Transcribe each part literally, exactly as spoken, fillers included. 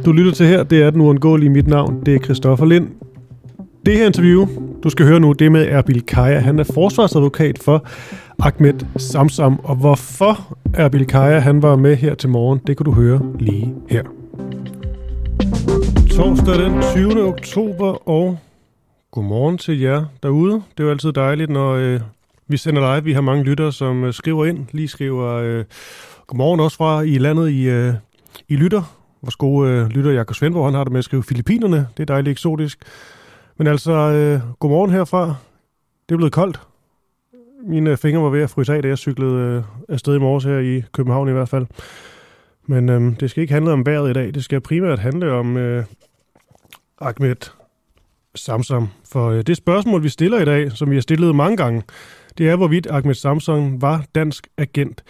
du lytter til her, det er den uundgåelige. Mit navn, det er Christoffer Lind. Det her interview, du skal høre nu, det er med Erbil Kaya. Han er forsvarsadvokat for Ahmed Samsam. Og hvorfor Erbil Kaya han var med her til morgen, det kan du høre lige her. Torsdag den tyvende oktober, og godmorgen til jer derude. Det er jo altid dejligt, når øh, vi sender live. Vi har mange lyttere, som øh, skriver ind. Lige skriver øh, godmorgen også fra i landet i, øh, i lytter. Vores gode øh, lytter Jakob Svendborg, han har det med at skrive Filippinerne. Det er dejligt eksotisk. Men altså, øh, godmorgen herfra. Det er blevet koldt. Mine fingre var ved at fryse af, da jeg cyklede øh, afsted i morges her i København i hvert fald. Men øh, det skal ikke handle om vejret i dag. Det skal primært handle om øh, Ahmed Samsam. For øh, det spørgsmål, vi stiller i dag, som vi har stillet mange gange, det er, hvorvidt Ahmed Samsam var dansk agent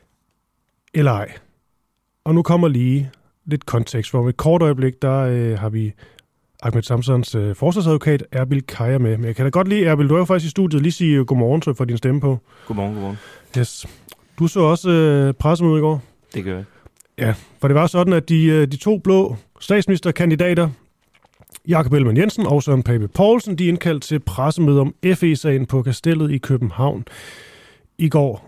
eller ej. Og nu kommer lige lidt kontekst. For et kort øjeblik, der øh, har vi Ahmed Samsams øh, forsvarsadvokat Erbil Kaya med. Men jeg kan da godt lide, Erbil, du er jo faktisk i studiet. Lige sige uh, godmorgen, så får din stemme på. Godmorgen, godmorgen. Yes. Du så også øh, pressemøde i går. Det gør jeg. Ja, for det var sådan, at de, de to blå statsministerkandidater, Jakob Ellemann-Jensen og Søren Pape Poulsen, de indkaldte til pressemøde om F E-sagen på Kastellet i København i går.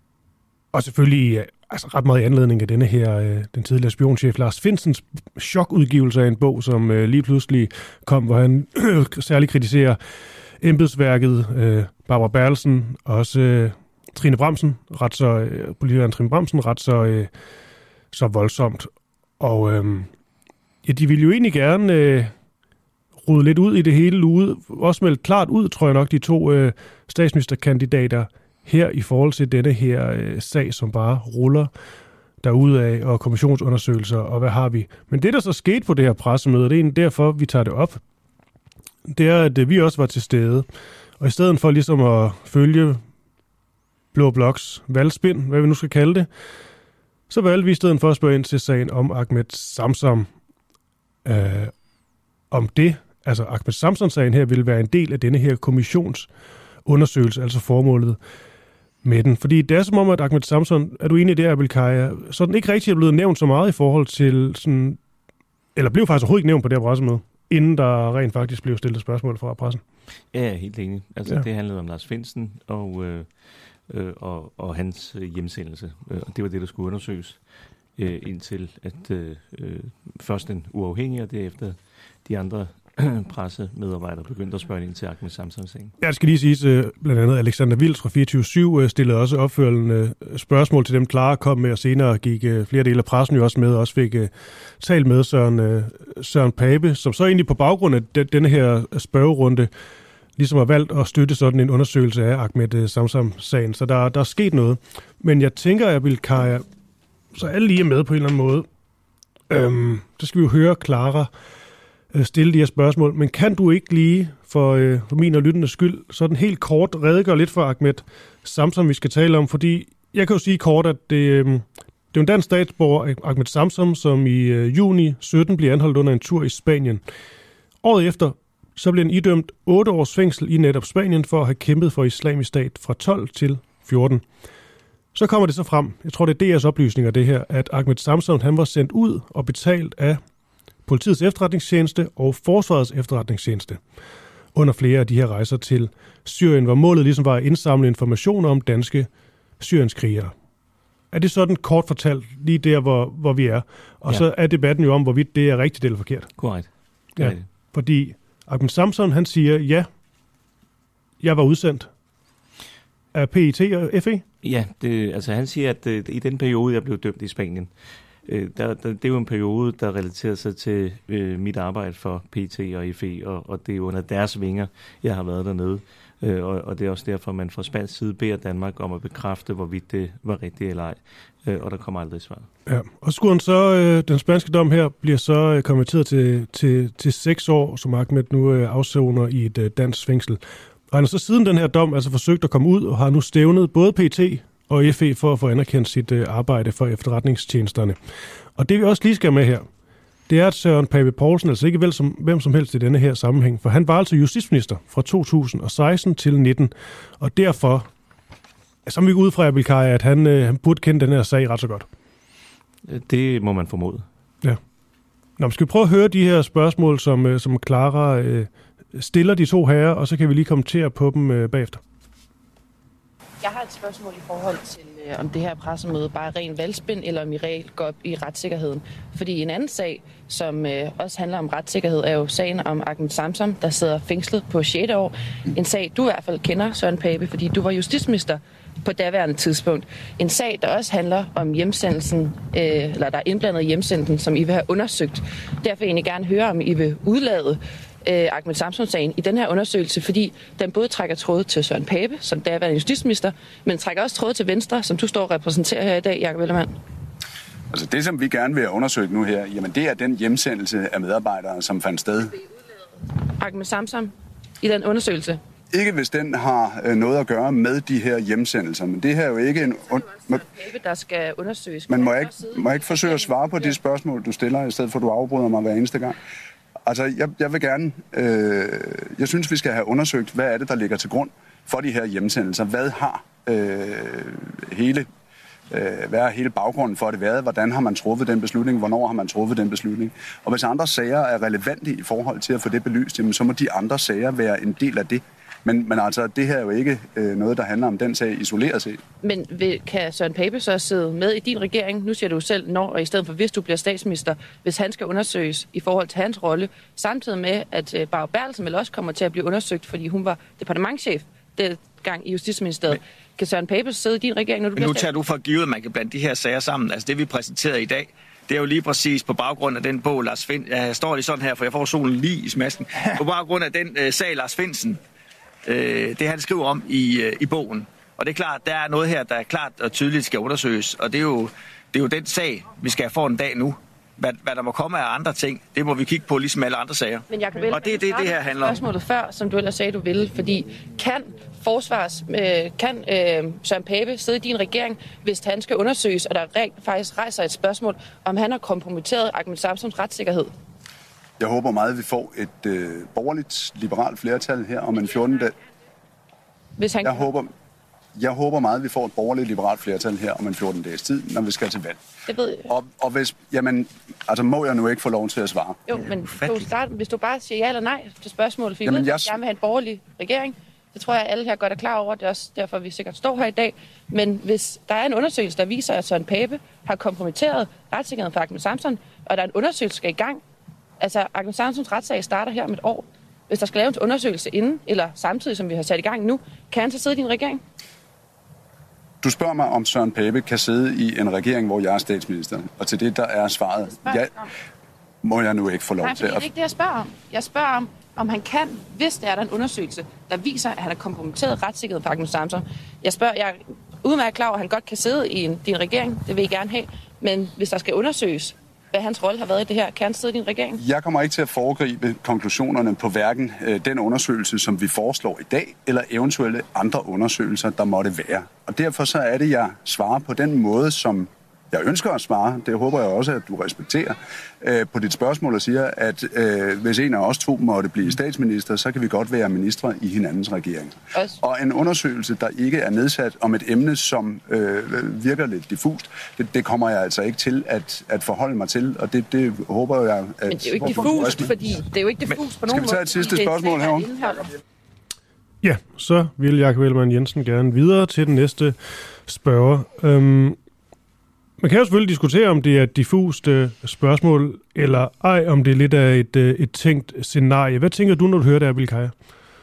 Og selvfølgelig altså ret meget i anledning af denne her, den tidligere spionchef Lars Findsens chokudgivelse af en bog, som lige pludselig kom, hvor han særligt kritiserer embedsværket, Barbara Bertelsen, og også Trine Bramsen, ret så, politikeren Trine Bramsen, ret så, så voldsomt. Og øhm, ja, de ville jo egentlig gerne øh, rode lidt ud i det hele ude, også meldt klart ud, tror jeg nok, de to øh, statsministerkandidater her i forhold til denne her øh, sag, som bare ruller derudad, og kommissionsundersøgelser, og hvad har vi. Men det, der så skete på det her pressemøde, det er egentlig derfor, vi tager det op, det er, at vi også var til stede. Og i stedet for ligesom at følge Blå Bloks valgspind, hvad vi nu skal kalde det, så valgte vi i stedet for at spørge ind til sagen om Ahmed Samsam. Øh, om det, altså Ahmed Samsam-sagen her, vil være en del af denne her kommissionsundersøgelse, altså formålet med den. Fordi det er som om, at Ahmed Samsam, er du enig i det, Erbil Kaya, så den ikke rigtig er blevet nævnt så meget i forhold til sådan, eller blev faktisk overhovedet ikke nævnt på det her pressemøde, inden der rent faktisk blev stillet spørgsmål fra pressen. Ja, jeg er helt enig. Altså, ja. Det handlede om Lars Findsen og, øh, øh, og, og hans hjemsendelse. Og det var det, der skulle undersøges, øh, indtil at øh, først den uafhængige, og derefter de andre pressemedarbejdere begyndte at spørge ind til Ahmed Samsam-sagen. Jeg skal lige sige, blandt andet Alexander Vils fra fireogtyve syv stillede også opfølgende spørgsmål til dem, Clara kom med, og senere gik flere dele af pressen jo også med, og også fik talt med Søren, Søren Pape, som så egentlig på baggrund af denne her spørgerunde ligesom har valgt at støtte sådan en undersøgelse af Ahmed Samsam-sagen. Så der, der er sket noget. Men jeg tænker, at jeg vil, Kaja, så alle lige er med på en eller anden måde. Øhm, så skal vi jo høre Clara stille de her spørgsmål. Men kan du ikke lige, for, øh, for min og lyttendes skyld, sådan helt kort redegøre lidt for Ahmed Samsam, vi skal tale om? Fordi jeg kan jo sige kort, at det, øh, det er jo en dansk statsborger, Ahmed Samsam, som i øh, juni sytten bliver anholdt under en tur i Spanien. Året efter, så bliver han idømt otte års fængsel i netop Spanien for at have kæmpet for Islamisk Stat fra tolv til fjorten. Så kommer det så frem, jeg tror det er D R's oplysninger det her, at Ahmed Samsam han var sendt ud og betalt af Politiets efterretningstjeneste og Forsvarets efterretningstjeneste under flere af de her rejser til Syrien, hvor målet ligesom var at indsamle informationer om danske syrienskrigere. Er det sådan kort fortalt lige der, hvor, hvor vi er? Og ja. Så er debatten jo om, hvorvidt det er rigtigt eller forkert. Korrekt. Ja, fordi Ahmed Samsam, han siger, ja, jeg var udsendt af P E T og F E. Ja, det, altså han siger, at øh, i den periode, jeg blev dømt i Spanien, øh, der, der, det er jo en periode, der relaterer sig til øh, mit arbejde for P E T og F E, og, og det er under deres vinger, jeg har været dernede. Øh, og, og det er også derfor, man fra spansk side beder Danmark om at bekræfte, hvorvidt det var rigtigt eller ej. Øh, og der kommer aldrig svar. Ja, og skulle så, øh, den spanske dom her bliver så øh, konverteret til, til, til seks år, som Ahmed nu øh, afsoner i et øh, dansk fængsel. Og han har så siden den her dom altså forsøgt at komme ud, og har nu stævnet både P E T og F E for at få anerkendt sit øh, arbejde for efterretningstjenesterne. Og det vi også lige skal med her, det er, at Søren Pape Poulsen, altså ikke vel som hvem som helst i denne her sammenhæng, for han var altså justitsminister fra to tusind og seksten til nitten, og derfor, så må vi gå ud fra, Erbil Kaya, at han, øh, han burde kende den her sag ret så godt. Det må man formode. Ja. Nå, skal vi prøve at høre de her spørgsmål, som, som Clara øh, stiller de to herrer, og så kan vi lige kommentere på dem øh, bagefter. Jeg har et spørgsmål i forhold til, øh, om det her pressemøde bare er ren valgspind, eller om I reelt går op i retssikkerheden. Fordi en anden sag, som øh, også handler om retssikkerhed, er jo sagen om Ahmed Samsam, der sidder fængslet på sjette år. En sag, du i hvert fald kender, Søren Pape, fordi du var justitsminister på daværende tidspunkt. En sag, der også handler om hjemsendelsen, øh, eller der er indblandet i hjemsendelsen, som I vil have undersøgt. Derfor vil jeg egentlig gerne høre, om I vil udlade øh, Ahmed Samsam-sagen i den her undersøgelse, fordi den både trækker tråde til Søren Pape, som daværende justitsminister, men trækker også tråde til Venstre, som du står og repræsenterer her i dag, Jakob Ellemann. Altså det, som vi gerne vil have undersøgt nu her, jamen det er den hjemsendelse af medarbejdere, som fandt sted. Ahmed Samsam i den undersøgelse? Ikke hvis den har noget at gøre med de her hjemsendelser, men det her er jo ikke en... Un- Søren Pape, der skal undersøges. Men må jeg ikke, må jeg ikke forsøge at svare på de spørgsmål, du stiller, i stedet for at du afbryder mig hver eneste gang? Altså, jeg, jeg vil gerne... Øh, jeg synes, vi skal have undersøgt, hvad er det, der ligger til grund for de her hjemsendelser. Hvad har øh, hele... Hvad er hele baggrunden for det været? Hvordan har man truffet den beslutning? Hvornår har man truffet den beslutning? Og hvis andre sager er relevante i forhold til at få det belyst, jamen, så må de andre sager være en del af det. Men, men altså, det her er jo ikke øh, noget, der handler om den sag isoleret set. Men vil, kan Søren Pape så sidde med i din regering? Nu siger du selv, når og i stedet for, hvis du bliver statsminister, hvis han skal undersøges i forhold til hans rolle, samtidig med, at øh, Barbara Bertelsen vel også kommer til at blive undersøgt, fordi hun var departementschef den gang i Justitsministeriet. Men, kan Søren Pape sidde i din regering, når du bliver nu tager du for givet, at man kan blande de her sager sammen. Altså det, vi præsenterer i dag, det er jo lige præcis på baggrund af den bog, Lars Findsen... Jeg står lige sådan her, for jeg får solen lige i smasken. På baggrund af den øh, sag, Lars Findsen, øh, det han skriver om i, øh, i bogen. Og det er klart, der er noget her, der er klart og tydeligt skal undersøges. Og det er jo, det er jo den sag, vi skal få en dag nu. Hvad, hvad der må komme af andre ting, det må vi kigge på ligesom alle andre sager. Men Jacob Ellemann, og det er det, det her handler om. Spørgsmålet før, som du ellers sagde, du ville, fordi kan forsvars, øh, kan øh, Søren Pape sidde i din regering, hvis han skal undersøges, og der rent faktisk rejser et spørgsmål, om han har kompromitteret Ahmed Samsams retssikkerhed? Jeg håber meget, at vi får et øh, borgerligt, liberalt flertal her om en fjorten dag. Hvis han jeg, håber, jeg håber meget, at vi får et borgerligt, liberalt flertal her om en fjorten dages tid, når vi skal til valg. Det ved jeg. Og, og hvis, jamen, altså må jeg nu ikke få lov til at svare? Jo, men du starte, hvis du bare siger ja eller nej til spørgsmålet, for I ved, jeg gerne vil have en borgerlig regering. Det tror jeg, alle her godt er klar over. Det er også derfor, vi sikkert står her i dag. Men hvis der er en undersøgelse, der viser, at Søren Pape har kompromitteret retssikkerheden for Ahmed Samsam, og der er en undersøgelse, der skal i gang, altså Ahmed Samsams retssag starter her om et år. Hvis der skal laves en undersøgelse inden, eller samtidig, som vi har sat i gang nu, kan han så sidde i din regering? Du spørger mig, om Søren Pape kan sidde i en regering, hvor jeg er statsminister. Og til det, der er svaret, ja, må jeg nu ikke få lov Nej, til at... det er ikke det, jeg spørger om. Jeg spørger om, om han kan, hvis der er der en undersøgelse, der viser, at han har kompromitteret retssikkerheden for Ahmed Samsam. Jeg spørger, jeg er udmærket klar over, at han godt kan sidde i en, din regering. Det vil I gerne have. Men hvis der skal undersøges, hvad hans rolle har været i det her, kan han sidde i din regering? Jeg kommer ikke til at foregribe konklusionerne på hverken øh, den undersøgelse, som vi foreslår i dag, eller eventuelle andre undersøgelser, der måtte være. Og derfor så er det, jeg svarer på den måde, som jeg ønsker at svare. Det håber jeg også, at du respekterer øh, på dit spørgsmål og siger, at øh, hvis en af os to måtte blive statsminister, så kan vi godt være ministre i hinandens regering. Også. Og en undersøgelse, der ikke er nedsat om et emne, som øh, virker lidt diffust, det, det kommer jeg altså ikke til at, at forholde mig til, og det, det håber jeg... At, Men det er jo ikke diffust, fordi det er jo ikke diffust på nogen måde. Skal vi tage et sidste spørgsmål herovre? Ja, så vil Jakob Ellemann Jensen gerne videre til den næste spørger. Øhm, Man kan jo selvfølgelig diskutere, om det er et diffust øh, spørgsmål, eller ej, om det er lidt af et, øh, et tænkt scenarie. Hvad tænker du, når du hører det her, Bill Kaja?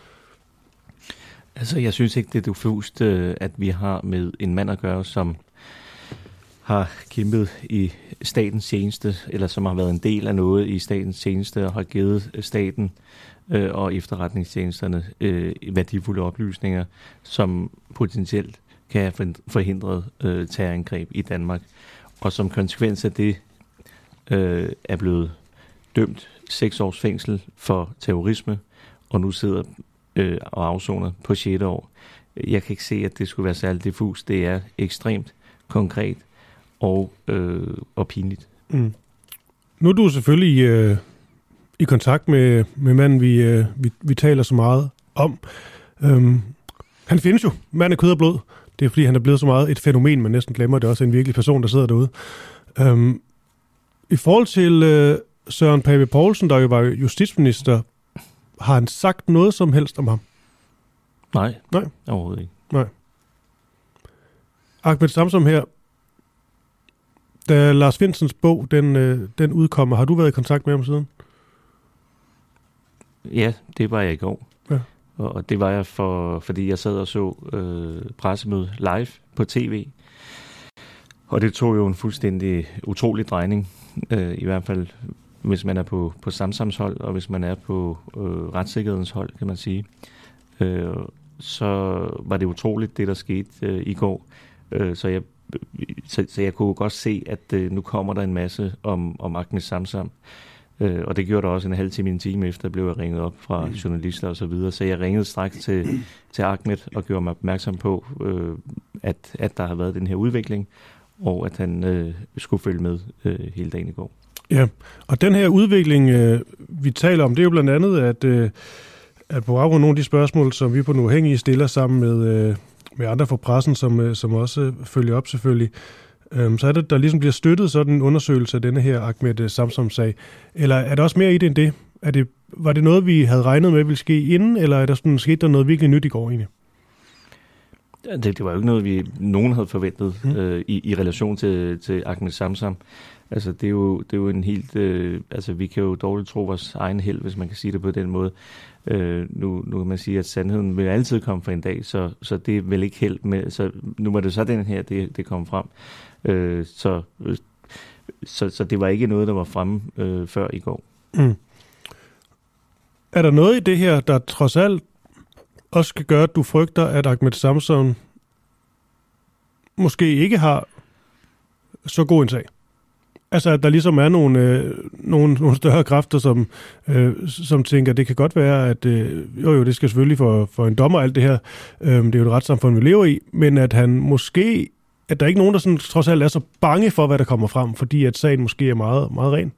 Altså, jeg synes ikke, det er diffust, øh, at vi har med en mand at gøre, som har kæmpet i statens tjeneste, eller som har været en del af noget i statens tjeneste, og har givet staten øh, og efterretningstjenesterne øh, værdifulde oplysninger, som potentielt kan have forhindret øh, terrorangreb i Danmark. Og som konsekvens af det øh, er blevet dømt seks års fængsel for terrorisme, og nu sidder øh, og afsoner på sjette år. Jeg kan ikke se, at det skulle være særligt diffus. Det er ekstremt konkret og, øh, og pinligt. Mm. Nu er du selvfølgelig øh, i kontakt med, med manden, vi, øh, vi, vi taler så meget om. Øhm, han findes jo. Mand af kød og blod. Det er fordi, han er blevet så meget et fænomen, man næsten glemmer, det er også en virkelig person, der sidder derude. Øhm, I forhold til øh, Søren Pape Poulsen, der jo var justitsminister, har han sagt noget som helst om ham? Nej, Nej. overhovedet ikke. Nej. Ahmed Samsam her, da Lars Findsens bog, den, øh, den udkommer, har du været i kontakt med ham siden? Ja, det var jeg i går. Ja. Og, og det var jeg, for, fordi jeg sad og så øh, pressemøde live på tv. Og det tog jo en fuldstændig utrolig drejning, øh, i hvert fald hvis man er på, på Samsams hold, og hvis man er på øh, retssikkerhedens hold, kan man sige. Øh, så var det utroligt, det der skete øh, i går. Øh, så, jeg, så, så jeg kunne godt se, at øh, nu kommer der en masse om, om Ahmed Samsam. Øh, og det gjorde der også en halv time, en time efter, blev jeg ringet op fra mm. journalister og så videre. Så jeg ringede straks til, til Ahmed og gjorde mig opmærksom på, øh, at, at der har været den her udvikling, og at han øh, skulle følge med øh, hele dagen i går. Ja, og den her udvikling, øh, vi taler om, det er jo blandt andet, at, øh, at på baggrund af nogle af de spørgsmål, som vi på Den Uafhængige stiller sammen med, øh, med andre fra pressen, som, øh, som også følger op selvfølgelig, øh, så er det, der ligesom bliver støttet sådan en undersøgelse af denne her Ahmed Samsam-sag. Eller er der også mere i det end det? Er det? Var det noget, vi havde regnet med ville ske inden, eller er der sådan, sket der noget virkelig nyt i går egentlig? Det, det var jo ikke noget, vi nogen havde forventet mm. øh, i, i relation til, til Ahmed Samsam. Altså, det er jo, det er jo en helt... Øh, altså, vi kan jo dårligt tro vores egen held, hvis man kan sige det på den måde. Øh, nu, nu kan man sige, at sandheden vil altid komme for en dag, så, så det er vel ikke held med... Så nu var det så den her, det, det kom frem. Øh, så, så, så det var ikke noget, der var fremme øh, før i går. Mm. Er der noget i det her, der trods alt også skal gøre, at du frygter, at Ahmed Samsam måske ikke har så god en sag? Altså, at der ligesom er nogle, øh, nogle, nogle større kræfter, som, øh, som tænker, det kan godt være, at øh, jo, jo, det skal selvfølgelig for, for en dommer alt det her. Øh, det er jo et retssamfund, vi lever i. Men at han måske, at der er ikke nogen, der sådan, trods alt er så bange for, hvad der kommer frem, fordi at sagen måske er meget, meget ren.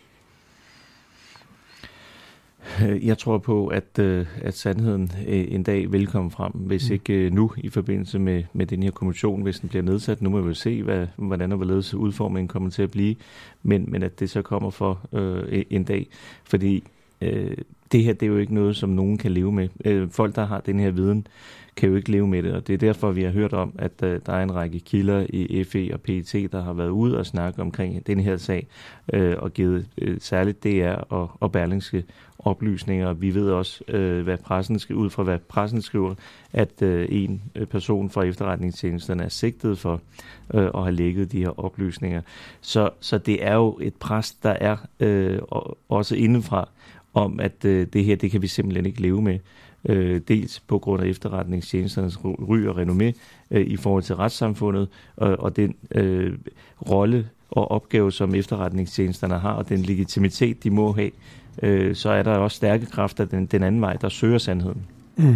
Jeg tror på, at, at sandheden en dag vil komme frem, hvis mm. ikke nu i forbindelse med, med den her kommission, hvis den bliver nedsat. Nu må vi jo se, hvad, hvordan og hvorledes udformningen kommer til at blive, men, men at det så kommer for øh, en dag. Fordi øh, det her, det er jo ikke noget, som nogen kan leve med. Øh, folk, der har den her viden, kan jo ikke leve med det, og det er derfor, vi har hørt om, at uh, der er en række kilder i F E og P E T, der har været ude og snakke omkring den her sag, uh, og givet uh, særligt D R og, og Berlingske oplysninger. Vi ved også, uh, hvad pressen skal ud fra, hvad pressen skriver, at uh, en person fra efterretningstjenesterne er sigtet for uh, at have lækket de her oplysninger. Så, så det er jo et pres, der er uh, også indefra, om at uh, det her, det kan vi simpelthen ikke leve med. Øh, dels på grund af efterretningstjenesternes ry og renommé øh, i forhold til retssamfundet, og, og den øh, rolle og opgave, som efterretningstjenesterne har, og den legitimitet, de må have, øh, så er der også stærke kræfter den, den anden vej, der søger sandheden. Mm.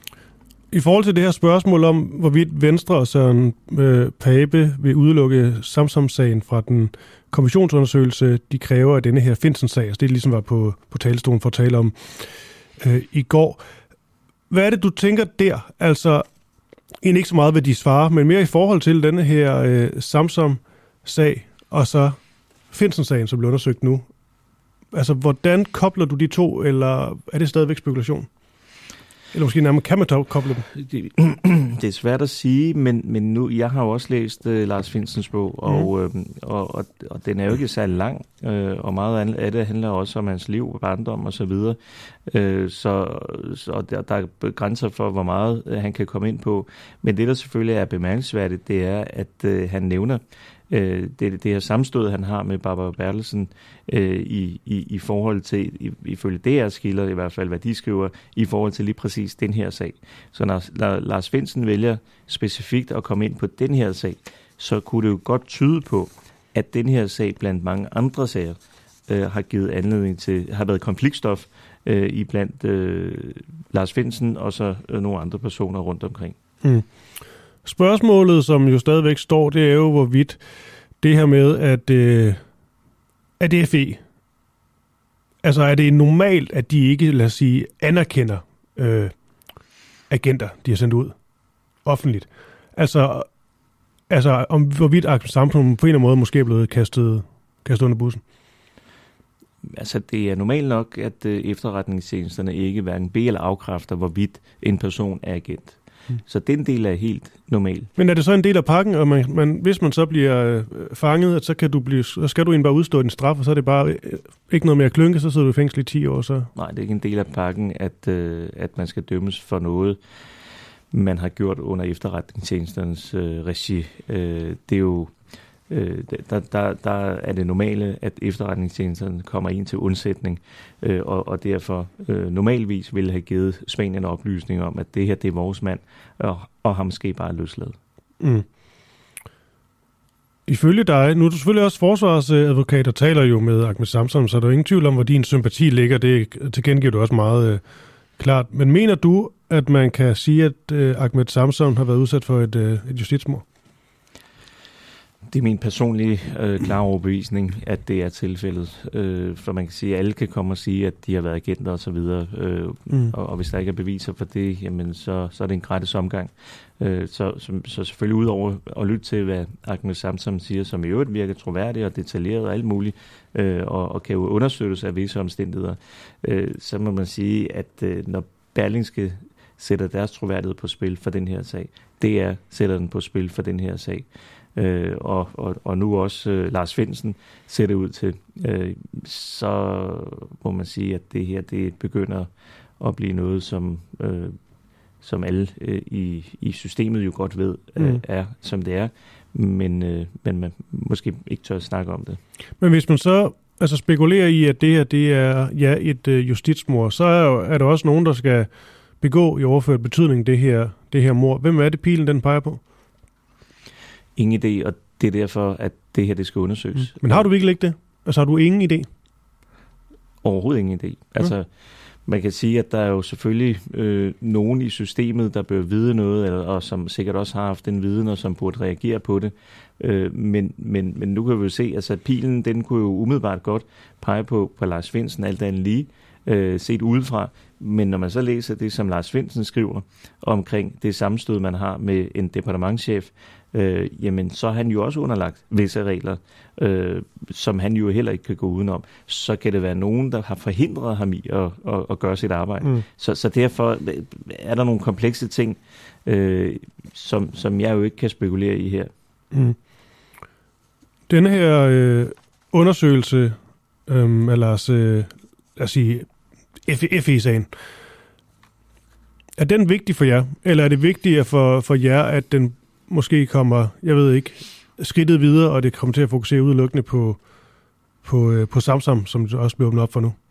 I forhold til det her spørgsmål om, hvorvidt Venstre og Søren øh, Pape vil udelukke Samsam-sagen fra den kommissionsundersøgelse, de kræver af denne her Findsen-sag, altså det ligesom var på, på talestolen for at tale om øh, i går. Hvad er det, du tænker der? Altså, egentlig ikke så meget, hvad de svarer, men mere i forhold til denne her øh, Samsam-sag, og så Findsen-sagen, som bliver undersøgt nu. Altså, hvordan kobler du de to, eller er det stadigvæk spekulation? Eller måske nærmere, kan man koble dem? Det, det er svært at sige, men, men nu, jeg har jo også læst uh, Lars Findsens bog, og, mm. øh, og, og, og den er jo ikke særlig lang, øh, og meget af det handler også om hans liv, barndom og så videre. Øh, så så der, der er grænser for, hvor meget øh, han kan komme ind på. Men det, der selvfølgelig er bemærkelsesværdigt, det er, at øh, han nævner øh, det, det her sammenstød, han har med Barbara Bertelsen øh, i, i, i forhold til, i, ifølge D R's kilder i hvert fald, hvad de skriver, i forhold til lige præcis den her sag. Så når, når Lars Findsen vælger specifikt at komme ind på den her sag, så kunne det jo godt tyde på, at den her sag blandt mange andre sager øh, har givet anledning til, har været konfliktstof øh, i blandt øh, Lars Findsen og så øh, nogle andre personer rundt omkring. Mm. Spørgsmålet, som jo stadigvæk står, det er jo, hvorvidt det her med, at, øh, at F E, altså er det normalt, at de ikke, lad os sige, anerkender øh, agenter, de har sendt ud offentligt. Altså, altså om hvorvidt samfundet på en eller anden måde måske er blevet kastet, kastet under bussen. altså det er normalt nok, at øh, efterretningstjenesterne ikke hverken be- eller afkræfter, hvorvidt en person er agent. Mm. Så den del er helt normal. Men er det så en del af pakken, og man, man, hvis man så bliver øh, fanget, så, kan du blive, så skal du egentlig bare udstå din straf, og så er det bare øh, ikke noget mere at klynke, så sidder du i fængsel i ti år. Så. Nej, det er ikke en del af pakken, at, øh, at man skal dømmes for noget, man har gjort under efterretningstjenesternes øh, regi. Øh, det er jo øh, der, der, der er det normale, at efterretningstjenesterne kommer ind til undsætning, øh, og, og derfor øh, normalvis ville have givet Spanien oplysning om, at det her det er vores mand, og, og ham måske bare løsladt. Mm. Ifølge dig, nu er du selvfølgelig også forsvarsadvokat og taler jo med Ahmed Samsam, så er der jo ingen tvivl om, hvor din sympati ligger. Det tilkendegiver du også meget øh, klart. Men mener du, at man kan sige, at øh, Ahmed Samsam har været udsat for et, øh, et justitsmord? Det er min personlige øh, klare overbevisning, at det er tilfældet. Øh, for man kan sige, at alle kan komme og sige, at de har været agenter og så videre. Øh, mm. og, og hvis der ikke er beviser for det, jamen så, så er det en gratis omgang. Øh, så, så, så selvfølgelig udover at lytte til, hvad Ahmed Samsam siger, som i øvrigt virker troværdigt og detaljeret og alt muligt, øh, og, og kan jo understøttes af visse omstændigheder, øh, så må man sige, at øh, når Berlingske sætter deres troværdighed på spil for den her sag, det er sætter den på spil for den her sag. Øh, og, og, og nu også øh, Lars Findsen ser det ud til, øh, så må man sige, at det her det begynder at blive noget, som, øh, som alle øh, i, i systemet jo godt ved, øh, mm. er som det er, men, øh, men man måske ikke tør at snakke om det. Men hvis man så altså spekulerer i, at det her det er ja, et øh, justitsmord, så er, jo, er der også nogen, der skal begå i overført betydning det her, det her mord. Hvem er det, pilen den peger på? Ingen idé, og det er derfor, at det her det skal undersøges. Mm. Men har du virkelig ikke det? Altså har du ingen idé? Overhovedet ingen idé. Altså, mm. man kan sige, at der er jo selvfølgelig øh, nogen i systemet, der bør vide noget, eller, og som sikkert også har haft den viden, og som burde reagere på det. Øh, men, men, men nu kan vi jo se, altså, at pilen, den kunne jo umiddelbart godt pege på, på Lars Findsen, alt andet lige, øh, set udefra. Men når man så læser det, som Lars Findsen skriver omkring det sammenstød, man har med en departementschef, øh, jamen så er han jo også underlagt visse regler, øh, som han jo heller ikke kan gå udenom. Så kan det være nogen, der har forhindret ham i at, at, at gøre sit arbejde. Mm. Så, så derfor er der nogle komplekse ting, øh, som, som jeg jo ikke kan spekulere i her. Mm. Denne her øh, undersøgelse, øh, eller øh, lad os sige, F E-sagen. Er den vigtig for jer? Eller er det vigtigere for, for jer, at den måske kommer, jeg ved ikke, skridtet videre, og det kommer til at fokusere udelukkende på, på, på Samsam, som det også bliver åbnet op for nu?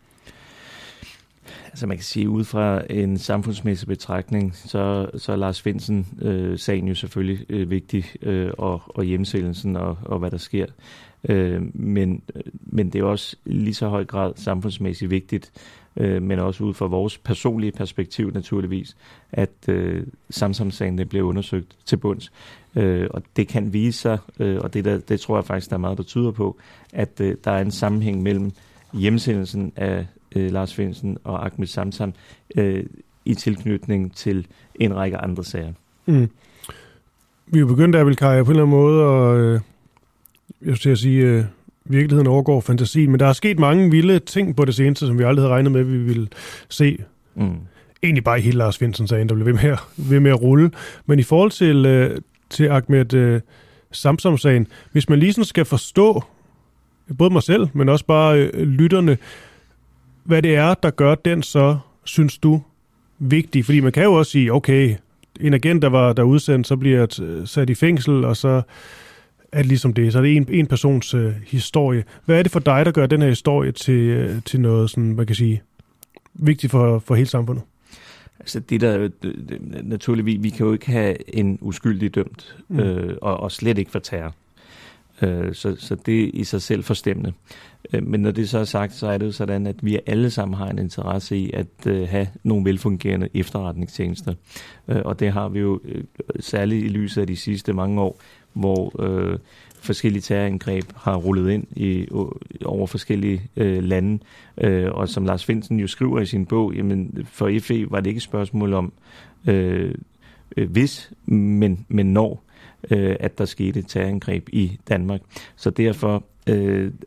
Altså man kan sige, ud fra en samfundsmæssig betragtning, så, så er Lars Findsen øh, sagen jo selvfølgelig øh, vigtig, øh, og, og hjemsendelsen og, og hvad der sker. Øh, men, men det er også lige så høj grad samfundsmæssigt vigtigt, øh, men også ud fra vores personlige perspektiv naturligvis, at øh, Samsam-sagen bliver undersøgt til bunds. Øh, og det kan vise sig, øh, og det, der, det tror jeg faktisk, der er meget, der tyder på, at øh, der er en sammenhæng mellem hjemsendelsen af øh, Lars Findsen og Ahmed Samsam øh, i tilknytning til en række andre sager. Mm. Vi er jo begyndt af, Abelkaj, på en eller anden måde, og øh, jeg skal sige, øh, virkeligheden overgår fantasi, men der er sket mange vilde ting på det seneste, som vi aldrig havde regnet med, at vi ville se. Mm. Egentlig bare i hele Lars Findsen-sagen, der blev ved med, at, ved med at rulle. Men i forhold til, øh, til Ahmed øh, Samsam-sagen, hvis man lige sådan skal forstå, både mig selv, men også bare øh, lytterne, hvad det er, der gør den så, synes du, vigtig? Fordi man kan jo også sige, okay, en agent, der var der udsendt, så bliver sat i fængsel, og så er det ligesom det. Så er det en, en persons øh, historie. Hvad er det for dig, der gør den her historie til, øh, til noget, sådan, man kan sige, vigtigt for, for hele samfundet? Altså det der, naturligvis, vi kan jo ikke have en uskyldig dømt, mm. øh, og, og slet ikke for terror. Øh, så, så det er i sig selv forstemmende. Øh, men når det så er sagt, så er det jo sådan, at vi alle sammen har en interesse i at øh, have nogle velfungerende efterretningstjenester. Øh, og det har vi jo øh, særligt i lyset af de sidste mange år, hvor øh, forskellige terrorangreb har rullet ind i, over forskellige øh, lande. Øh, og som Lars Findsen jo skriver i sin bog, jamen for F E var det ikke et spørgsmål om øh, øh, hvis, men, men når, øh, at der skete et terrorangreb i Danmark. Så derfor øh,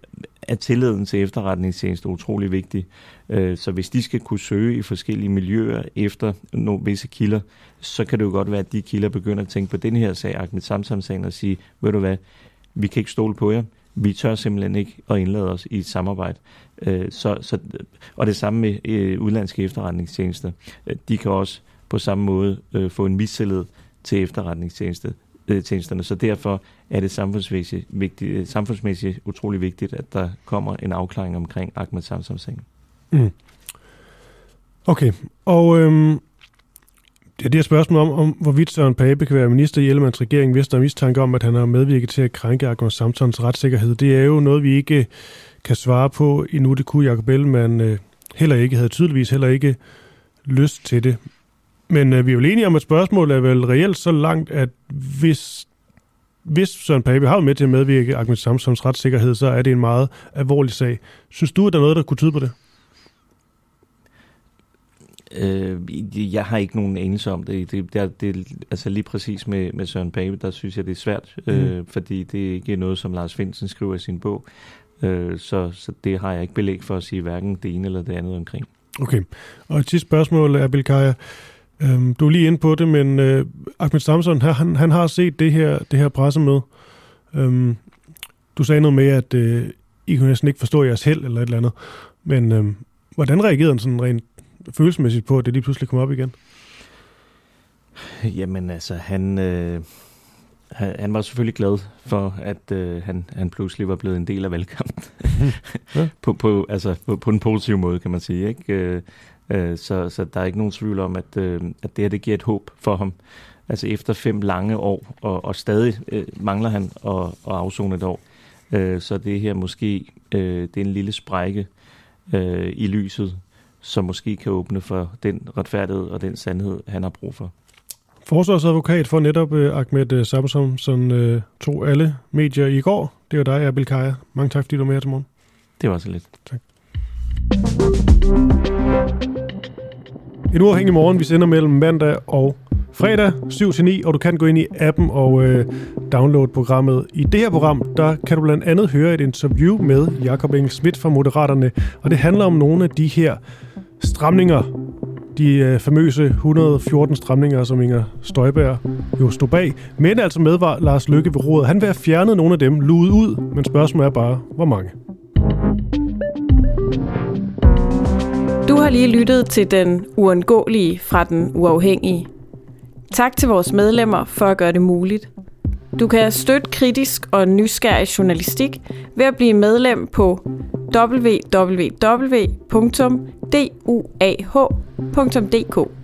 er tilliden til efterretningstjenester utrolig vigtig. Så hvis de skal kunne søge i forskellige miljøer efter nogle visse kilder, så kan det jo godt være, at de kilder begynder at tænke på den her sag, Ahmed Samsam-sagen, og sige, ved du hvad, vi kan ikke stole på jer. Vi tør simpelthen ikke at indlade os i et samarbejde. Så, så, og det samme med udenlandske efterretningstjenester. De kan også på samme måde få en mistillid til efterretningstjenesterne. Så derfor er det samfundsmæssigt, vigtigt, samfundsmæssigt utrolig vigtigt, at der kommer en afklaring omkring Ahmed Samsam-sagen. Mm. Okay, og øhm, det her spørgsmål om, om hvorvidt Søren Pape kan være minister i Ellemanns regering, hvis der er mistanke om, at han har medvirket til at krænke Ahmed Samsams retssikkerhed. Det er jo noget, vi ikke kan svare på endnu. Det kunne Jakob Ellemann øh, heller ikke, havde tydeligvis heller ikke lyst til det. Men øh, vi er jo enige om, at spørgsmålet er vel reelt så langt, at hvis, hvis Søren Pape har med til at medvirke Ahmed Samsams retssikkerhed, så er det en meget alvorlig sag. Synes du, at der er noget, der kunne tyde på det? Øh, jeg har ikke nogen anelse om det. Det, det, det altså lige præcis med, med Søren Pape, der synes jeg, det er svært, mm. øh, fordi det er ikke noget, som Lars Findsen skriver i sin bog. Øh, så, så det har jeg ikke belæg for at sige hverken det ene eller det andet omkring. Okay. Og et sidste spørgsmål, Abil Khaja. Øhm, du er lige inde på det, men øh, Ahmed Samsam, han, han har set det her, det her pressemøde. Øhm, du sagde noget med, at øh, I kunne næsten ikke forstå jeres held eller et eller andet. Men øh, hvordan reagerede han sådan rent følelsesmæssigt på, at det lige pludselig kom op igen? Jamen altså, han, øh, han var selvfølgelig glad for, at øh, han, han pludselig var blevet en del af valgkampen. ja. på, på, altså, på, på en positiv måde, kan man sige, ikke? Øh, Så, så der er ikke nogen tvivl om, at, øh, at det her det giver et håb for ham. Altså efter fem lange år, og, og stadig øh, mangler han at, at afzone et år. Øh, så det her måske, øh, det er en lille sprække øh, i lyset, som måske kan åbne for den retfærdighed og den sandhed, han har brug for. Forsvarsadvokat for netop øh, Ahmed Samsam, som øh, tog alle medier i går. Det var dig, Abil Khaja. Mange tak, fordi du var med her til morgen. Det var så lidt. Tak. En uafhængig morgen, vi sender mellem mandag og fredag syv til ni, og du kan gå ind i appen og øh, downloade programmet. I det her program, der kan du blandt andet høre et interview med Jakob Engel-Schmidt fra Moderaterne, og det handler om nogle af de her stramninger, de øh, famøse et hundrede og fjorten stramninger, som Inger Støjberg jo stod bag, men altså med var Lars Løkke ved roret. Han vil have fjernet nogle af dem, luet ud, men spørgsmålet er bare, hvor mange. Du har lige lyttet til Den Uundgåelige fra Den Uafhængige. Tak til vores medlemmer for at gøre det muligt. Du kan støtte kritisk og nysgerrig journalistik ved at blive medlem på w w w punktum d u a h punktum d k.